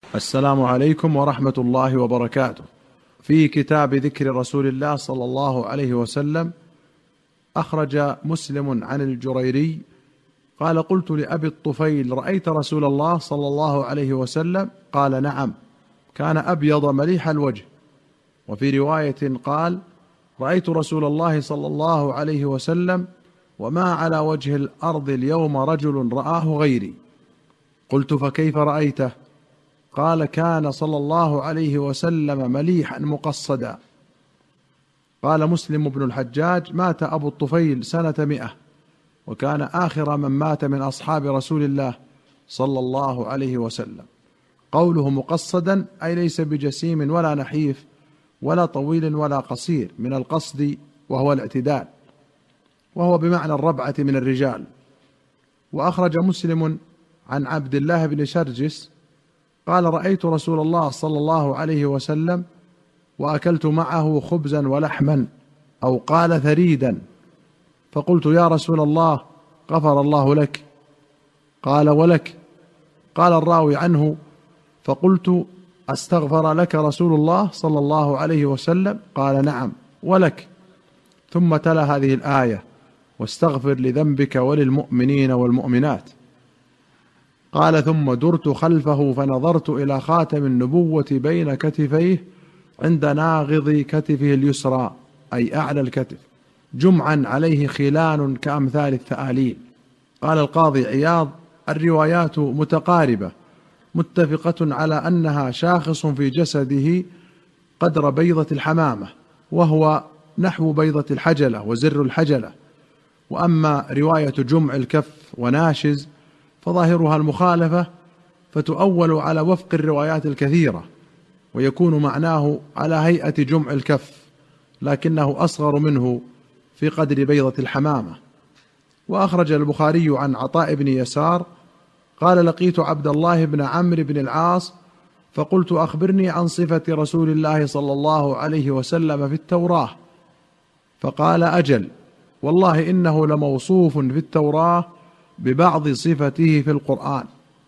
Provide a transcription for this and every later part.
السلام عليكم ورحمة الله وبركاته. في كتاب ذكر رسول الله صلى الله عليه وسلم أخرج مسلم عن الجريري قال: قلت لأبي الطفيل: رأيت رسول الله صلى الله عليه وسلم؟ قال: نعم، كان أبيض مليح الوجه. وفي رواية قال: رأيت رسول الله صلى الله عليه وسلم وما على وجه الأرض اليوم رجل رآه غيري. قلت: فكيف رأيته؟ قال: كان صلى الله عليه وسلم مليحا مقصدا. قال مسلم بن الحجاج: مات أبو الطفيل سنة 100، وكان آخر من مات من أصحاب رسول الله صلى الله عليه وسلم. قوله مقصدا أي ليس بجسيم ولا نحيف ولا طويل ولا قصير، من القصد وهو الاعتدال، وهو بمعنى الربعة من الرجال. وأخرج مسلم عن عبد الله بن شرجس قال: رأيت رسول الله صلى الله عليه وسلم وأكلت معه خبزا ولحما، أو قال ثريدا، فقلت: يا رسول الله، غفر الله لك. قال: ولك. قال الراوي عنه: فقلت: أستغفر لك رسول الله صلى الله عليه وسلم؟ قال: نعم، ولك. ثم تلا هذه الآية: واستغفر لذنبك وللمؤمنين والمؤمنات. قال: ثم درت خلفه فنظرت إلى خاتم النبوة بين كتفيه عند ناغض كتفه اليسرى، أي أعلى الكتف، جمعا عليه خلان كأمثال الثآليل. قال القاضي عياض: الروايات متقاربة متفقة على أنها شاخص في جسده قدر بيضة الحمامة، وهو نحو بيضة الحجلة وزر الحجلة. وأما رواية جمع الكف وناشز فظاهرها المخالفة، فتؤول على وفق الروايات الكثيرة، ويكون معناه على هيئة جمع الكف، لكنه أصغر منه في قدر بيضة الحمامة. وأخرج البخاري عن عطاء بن يسار قال: لقيت عبد الله بن عمرو بن العاص فقلت: أخبرني عن صفة رسول الله صلى الله عليه وسلم في التوراة. فقال: أجل، والله إنه لموصوف في التوراة ببعض صفته في القرآن: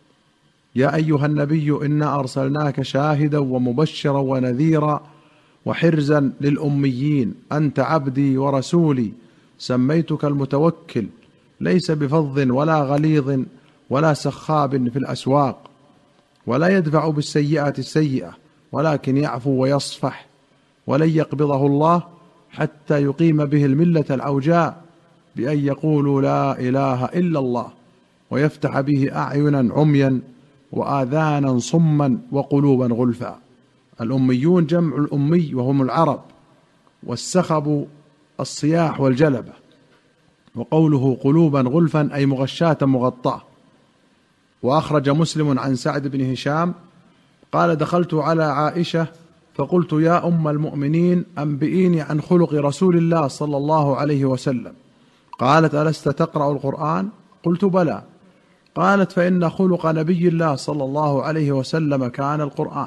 يا أيها النبي إنا أرسلناك شاهدا ومبشرا ونذيرا وحرزا للأميين، أنت عبدي ورسولي، سميتك المتوكل، ليس بفظ ولا غليظ ولا سخاب في الأسواق، ولا يدفع بالسيئة السيئة، ولكن يعفو ويصفح، ولن يقبضه الله حتى يقيم به الملة العوجاء بأن يقولوا لا إله إلا الله، ويفتح به أعينا عميا وآذانا صما وقلوبا غلفا. الأميون جمع الأمي وهم العرب، والسخب الصياح والجلبة. وقوله قلوبا غلفا أي مغشاة مغطاة. وأخرج مسلم عن سعد بن هشام قال: دخلت على عائشة فقلت: يا أم المؤمنين، أنبئيني عن خلق رسول الله صلى الله عليه وسلم. قالت: ألست تقرأ القرآن؟ قلت: بلى. قالت: فإن خلق نبي الله صلى الله عليه وسلم كان القرآن.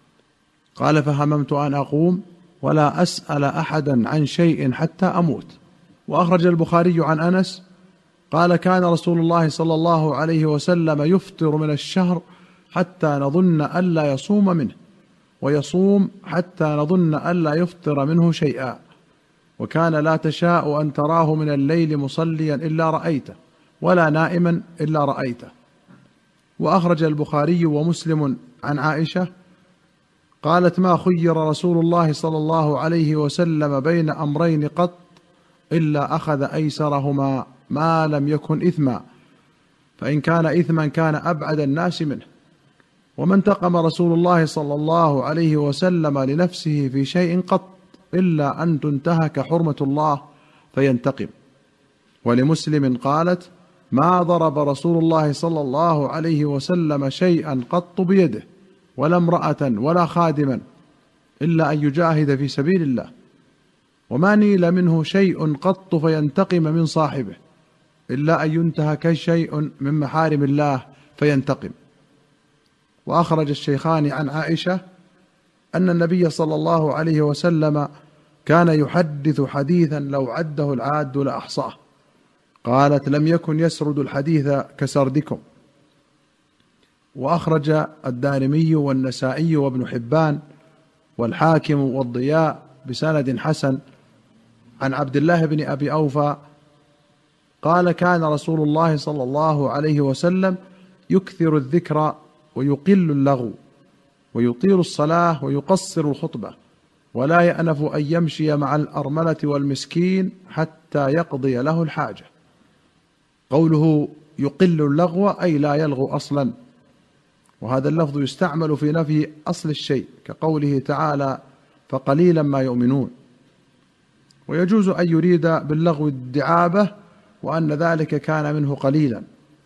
قال: فهممت أن أقوم ولا أسأل أحدا عن شيء حتى أموت. وأخرج البخاري عن أنس قال: كان رسول الله صلى الله عليه وسلم يفطر من الشهر حتى نظن ألا يصوم منه، ويصوم حتى نظن ألا يفطر منه شيئا، وكان لا تشاء أن تراه من الليل مصليا إلا رأيته، ولا نائما إلا رأيته. وأخرج البخاري ومسلم عن عائشة قالت: ما خير رسول الله صلى الله عليه وسلم بين أمرين قط إلا أخذ أيسرهما ما لم يكن إثما، فإن كان إثما كان أبعد الناس منه. وما انتقم رسول الله صلى الله عليه وسلم لنفسه في شيء قط إلا أن تنتهك حرمة الله فينتقم. ولمسلم قالت: ما ضرب رسول الله صلى الله عليه وسلم شيئا قط بيده، ولا امرأة ولا خادما، إلا أن يجاهد في سبيل الله، وما نيل منه شيء قط فينتقم من صاحبه، إلا أن ينتهك شيء من محارم الله فينتقم. وأخرج الشيخان عن عائشة أن النبي صلى الله عليه وسلم كان يحدث حديثا لو عده العاد لأحصاه. قالت: لم يكن يسرد الحديث كسردكم. وأخرج الدارمي والنسائي وابن حبان والحاكم والضياء بسند حسن عن عبد الله بن أبي أوفى قال: كان رسول الله صلى الله عليه وسلم يكثر الذكر ويقل اللغو ويطيل الصلاة ويقصر الخطبة، ولا يأنف أن يمشي مع الأرملة والمسكين حتى يقضي له الحاجة. قوله يقل اللغو أي لا يلغو أصلا، وهذا اللفظ يستعمل في نفي أصل الشيء كقوله تعالى: فقليلا ما يؤمنون. ويجوز أن يريد باللغو الدعابة، وأن ذلك كان منه قليلا.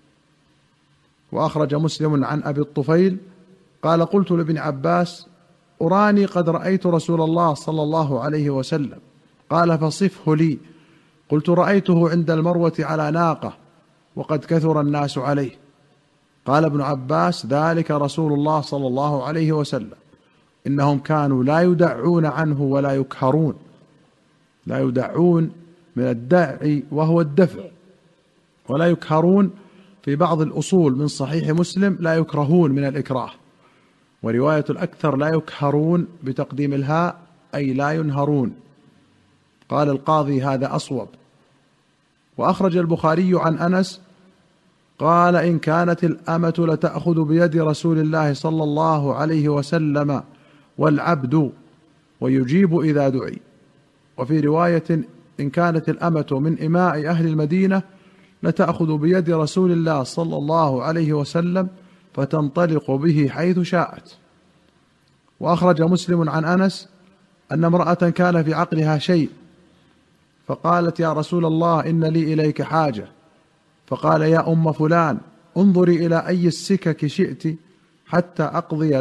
وأخرج مسلم عن أبي الطفيل قال: قلت لابن عباس: أراني قد رأيت رسول الله صلى الله عليه وسلم. قال: فصفه لي. قلت: رأيته عند المروة على ناقة وقد كثر الناس عليه. قال ابن عباس: ذلك رسول الله صلى الله عليه وسلم، إنهم كانوا لا يدعون عنه ولا يكهرون. لا يدعون من الدع وهو الدفع، ولا يكهرون في بعض الأصول من صحيح مسلم لا يكرهون من الإكراه، ورواية الأكثر لا يكهرون بتقديم الهاء أي لا ينهرون. قال القاضي: هذا أصوب. وأخرج البخاري عن أنس قال: إن كانت الأمة لتأخذ بيد رسول الله صلى الله عليه وسلم والعبد ويجيب إذا دعي. وفي رواية: إن كانت الأمة من إماء أهل المدينة لتأخذ بيد رسول الله صلى الله عليه وسلم فتنطلق به حيث شاءت. وأخرج مسلم عن أنس أن امرأة كان في عقلها شيء، فقالت: يا رسول الله، إن لي إليك حاجة. فقال: يا أم فلان، انظري إلى أي السكك شئت حتى أقضي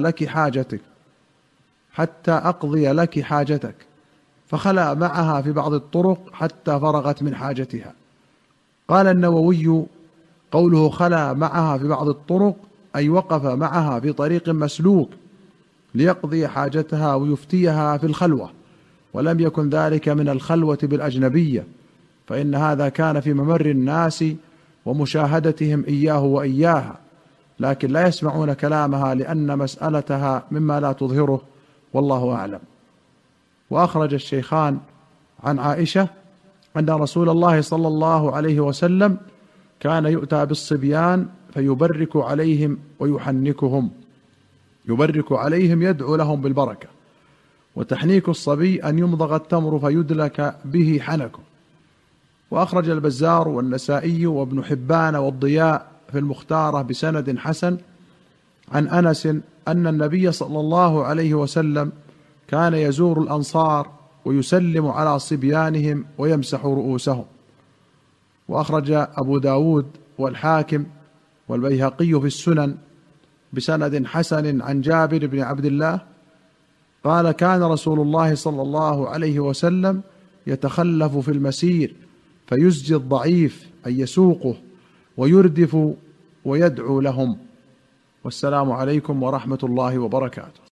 لك حاجتك. فخلى معها في بعض الطرق حتى فرغت من حاجتها. قال النووي: قوله خلى معها في بعض الطرق أي وقف معها في طريق مسلوك ليقضي حاجتها ويفتيها في الخلوة، ولم يكن ذلك من الخلوة بالأجنبية، فإن هذا كان في ممر الناس ومشاهدتهم إياه وإياها، لكن لا يسمعون كلامها لأن مسألتها مما لا تظهره، والله أعلم. وأخرج الشيخان عن عائشة أن رسول الله صلى الله عليه وسلم كان يؤتى بالصبيان فيبرك عليهم ويحنكهم. يبرك عليهم يدعو لهم بالبركة. وتحنيك الصبي أن يمضغ التمر فيدلك به حنكه. وأخرج البزار والنسائي وابن حبان والضياء في المختارة بسند حسن عن أنس أن النبي صلى الله عليه وسلم كان يزور الأنصار ويسلم على صبيانهم ويمسح رؤوسهم. وأخرج أبو داود والحاكم والبيهقي في السنن بسند حسن عن جابر بن عبد الله قال: كان رسول الله صلى الله عليه وسلم يتخلف في المسير فيزجي الضعيف أي يسوقه ويردف ويدعو لهم. والسلام عليكم ورحمة الله وبركاته.